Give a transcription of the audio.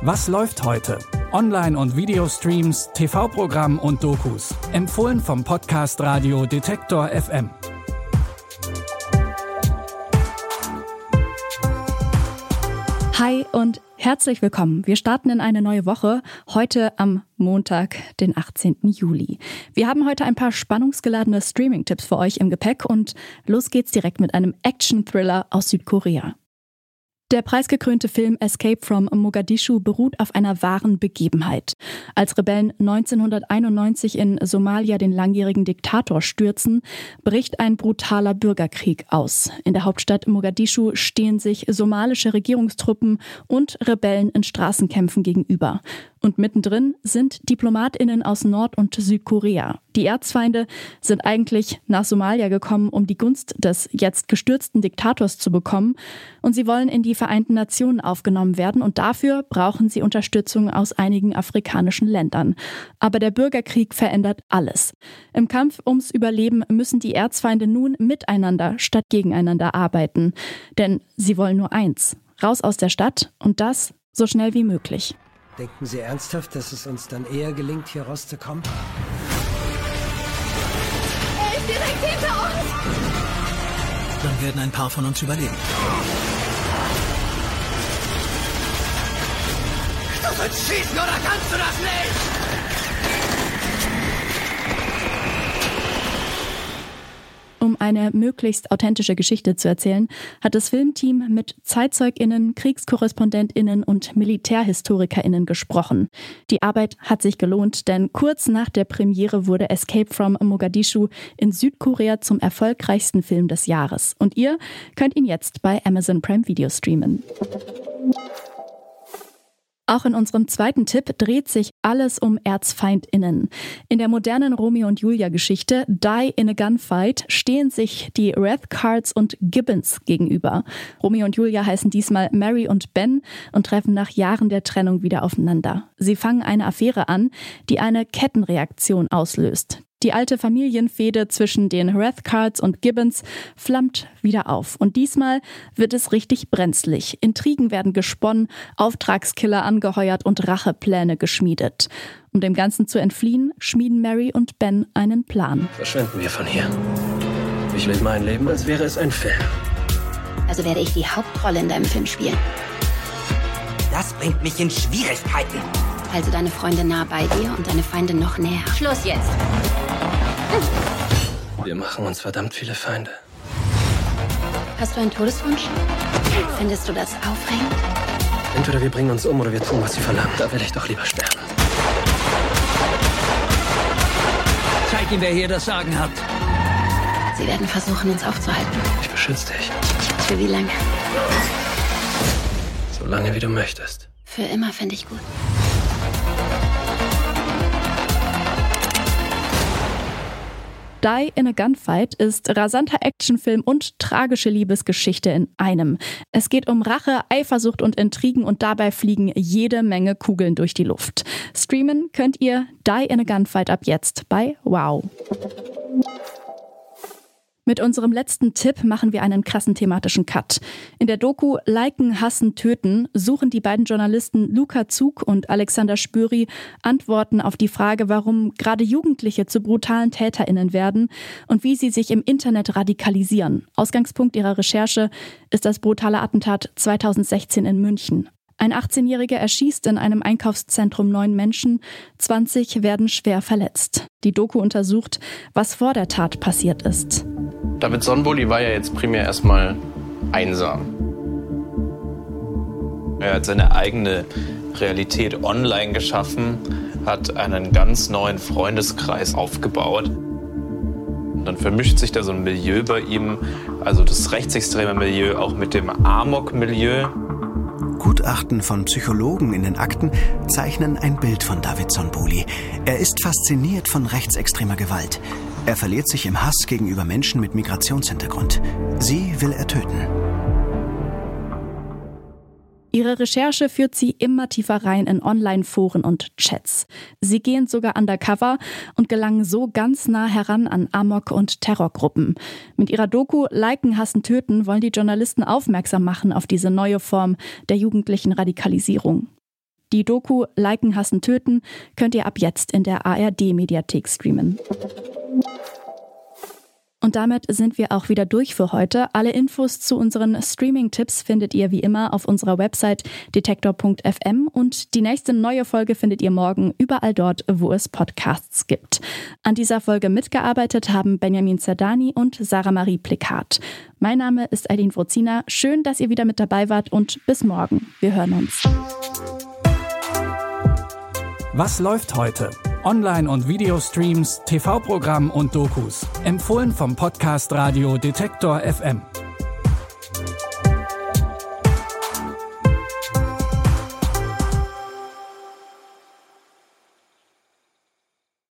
Was läuft heute? Online- und Videostreams, TV-Programm und Dokus. Empfohlen vom Podcast Radio Detektor FM. Hi und herzlich willkommen. Wir starten in eine neue Woche, heute am Montag, den 18. Juli. Wir haben heute ein paar spannungsgeladene Streaming-Tipps für euch im Gepäck und los geht's direkt mit einem Action-Thriller aus Südkorea. Der preisgekrönte Film Escape from Mogadischu beruht auf einer wahren Begebenheit. Als Rebellen 1991 in Somalia den langjährigen Diktator stürzen, bricht ein brutaler Bürgerkrieg aus. In der Hauptstadt Mogadischu stehen sich somalische Regierungstruppen und Rebellen in Straßenkämpfen gegenüber. Und mittendrin sind DiplomatInnen aus Nord- und Südkorea. Die Erzfeinde sind eigentlich nach Somalia gekommen, um die Gunst des jetzt gestürzten Diktators zu bekommen. Und sie wollen in die Vereinten Nationen aufgenommen werden. Und dafür brauchen sie Unterstützung aus einigen afrikanischen Ländern. Aber der Bürgerkrieg verändert alles. Im Kampf ums Überleben müssen die Erzfeinde nun miteinander statt gegeneinander arbeiten. Denn sie wollen nur eins: raus aus der Stadt und das so schnell wie möglich. Denken Sie ernsthaft, dass es uns dann eher gelingt, hier rauszukommen? Er ist direkt hinter uns! Dann werden ein paar von uns überleben. Du sollst schießen oder kannst du das nicht? Um eine möglichst authentische Geschichte zu erzählen, hat das Filmteam mit ZeitzeugInnen, KriegskorrespondentInnen und MilitärhistorikerInnen gesprochen. Die Arbeit hat sich gelohnt, denn kurz nach der Premiere wurde Escape from Mogadischu in Südkorea zum erfolgreichsten Film des Jahres. Und ihr könnt ihn jetzt bei Amazon Prime Video streamen. Auch in unserem zweiten Tipp dreht sich alles um ErzfeindInnen. In der modernen Romeo und Julia-Geschichte Die in a Gunfight stehen sich die Rathcards und Gibbons gegenüber. Romeo und Julia heißen diesmal Mary und Ben und treffen nach Jahren der Trennung wieder aufeinander. Sie fangen eine Affäre an, die eine Kettenreaktion auslöst. Die alte Familienfehde zwischen den Rathcards und Gibbons flammt wieder auf. Und diesmal wird es richtig brenzlig. Intrigen werden gesponnen, Auftragskiller angeheuert und Rachepläne geschmiedet. Um dem Ganzen zu entfliehen, schmieden Mary und Ben einen Plan. Verschwinden wir von hier. Ich lebe mein Leben, als wäre es ein Film. Also werde ich die Hauptrolle in deinem Film spielen. Das bringt mich in Schwierigkeiten. Halte deine Freunde nah bei dir und deine Feinde noch näher. Schluss jetzt! Wir machen uns verdammt viele Feinde. Hast du einen Todeswunsch? Findest du das aufregend? Entweder wir bringen uns um oder wir tun, was sie verlangen. Da will ich doch lieber sterben. Zeig ihm, wer hier das Sagen hat. Sie werden versuchen, uns aufzuhalten. Ich beschütze dich. Für wie lange? So lange, wie du möchtest. Für immer, finde ich gut. Die in a Gunfight ist rasanter Actionfilm und tragische Liebesgeschichte in einem. Es geht um Rache, Eifersucht und Intrigen und dabei fliegen jede Menge Kugeln durch die Luft. Streamen könnt ihr Die in a Gunfight ab jetzt bei Wow. Mit unserem letzten Tipp machen wir einen krassen thematischen Cut. In der Doku Liken, Hassen, Töten suchen die beiden Journalisten Luca Zug und Alexander Spöri Antworten auf die Frage, warum gerade Jugendliche zu brutalen TäterInnen werden und wie sie sich im Internet radikalisieren. Ausgangspunkt ihrer Recherche ist das brutale Attentat 2016 in München. Ein 18-Jähriger erschießt in einem Einkaufszentrum 9 Menschen, 20 werden schwer verletzt. Die Doku untersucht, was vor der Tat passiert ist. David Sonboli war ja jetzt primär erstmal einsam. Er hat seine eigene Realität online geschaffen, hat einen ganz neuen Freundeskreis aufgebaut. Und dann vermischt sich da so ein Milieu bei ihm, also das rechtsextreme Milieu, auch mit dem Amok-Milieu. Gutachten von Psychologen in den Akten zeichnen ein Bild von David Sonboli. Er ist fasziniert von rechtsextremer Gewalt. Er verliert sich im Hass gegenüber Menschen mit Migrationshintergrund. Sie will er töten. Ihre Recherche führt sie immer tiefer rein in Online-Foren und Chats. Sie gehen sogar undercover und gelangen so ganz nah heran an Amok- und Terrorgruppen. Mit ihrer Doku Liken, Hassen, Töten wollen die Journalisten aufmerksam machen auf diese neue Form der jugendlichen Radikalisierung. Die Doku Liken, Hassen, Töten könnt ihr ab jetzt in der ARD-Mediathek streamen. Und damit sind wir auch wieder durch für heute. Alle Infos zu unseren Streaming-Tipps findet ihr wie immer auf unserer Website detektor.fm und die nächste neue Folge findet ihr morgen überall dort, wo es Podcasts gibt. An dieser Folge mitgearbeitet haben Benjamin Zerdani und Sarah Marie Plikat. Mein Name ist Aidin Frozina. Schön, dass ihr wieder mit dabei wart und bis morgen. Wir hören uns. Was läuft heute? Online- und Videostreams, TV-Programm und Dokus. Empfohlen vom Podcast Radio Detektor FM.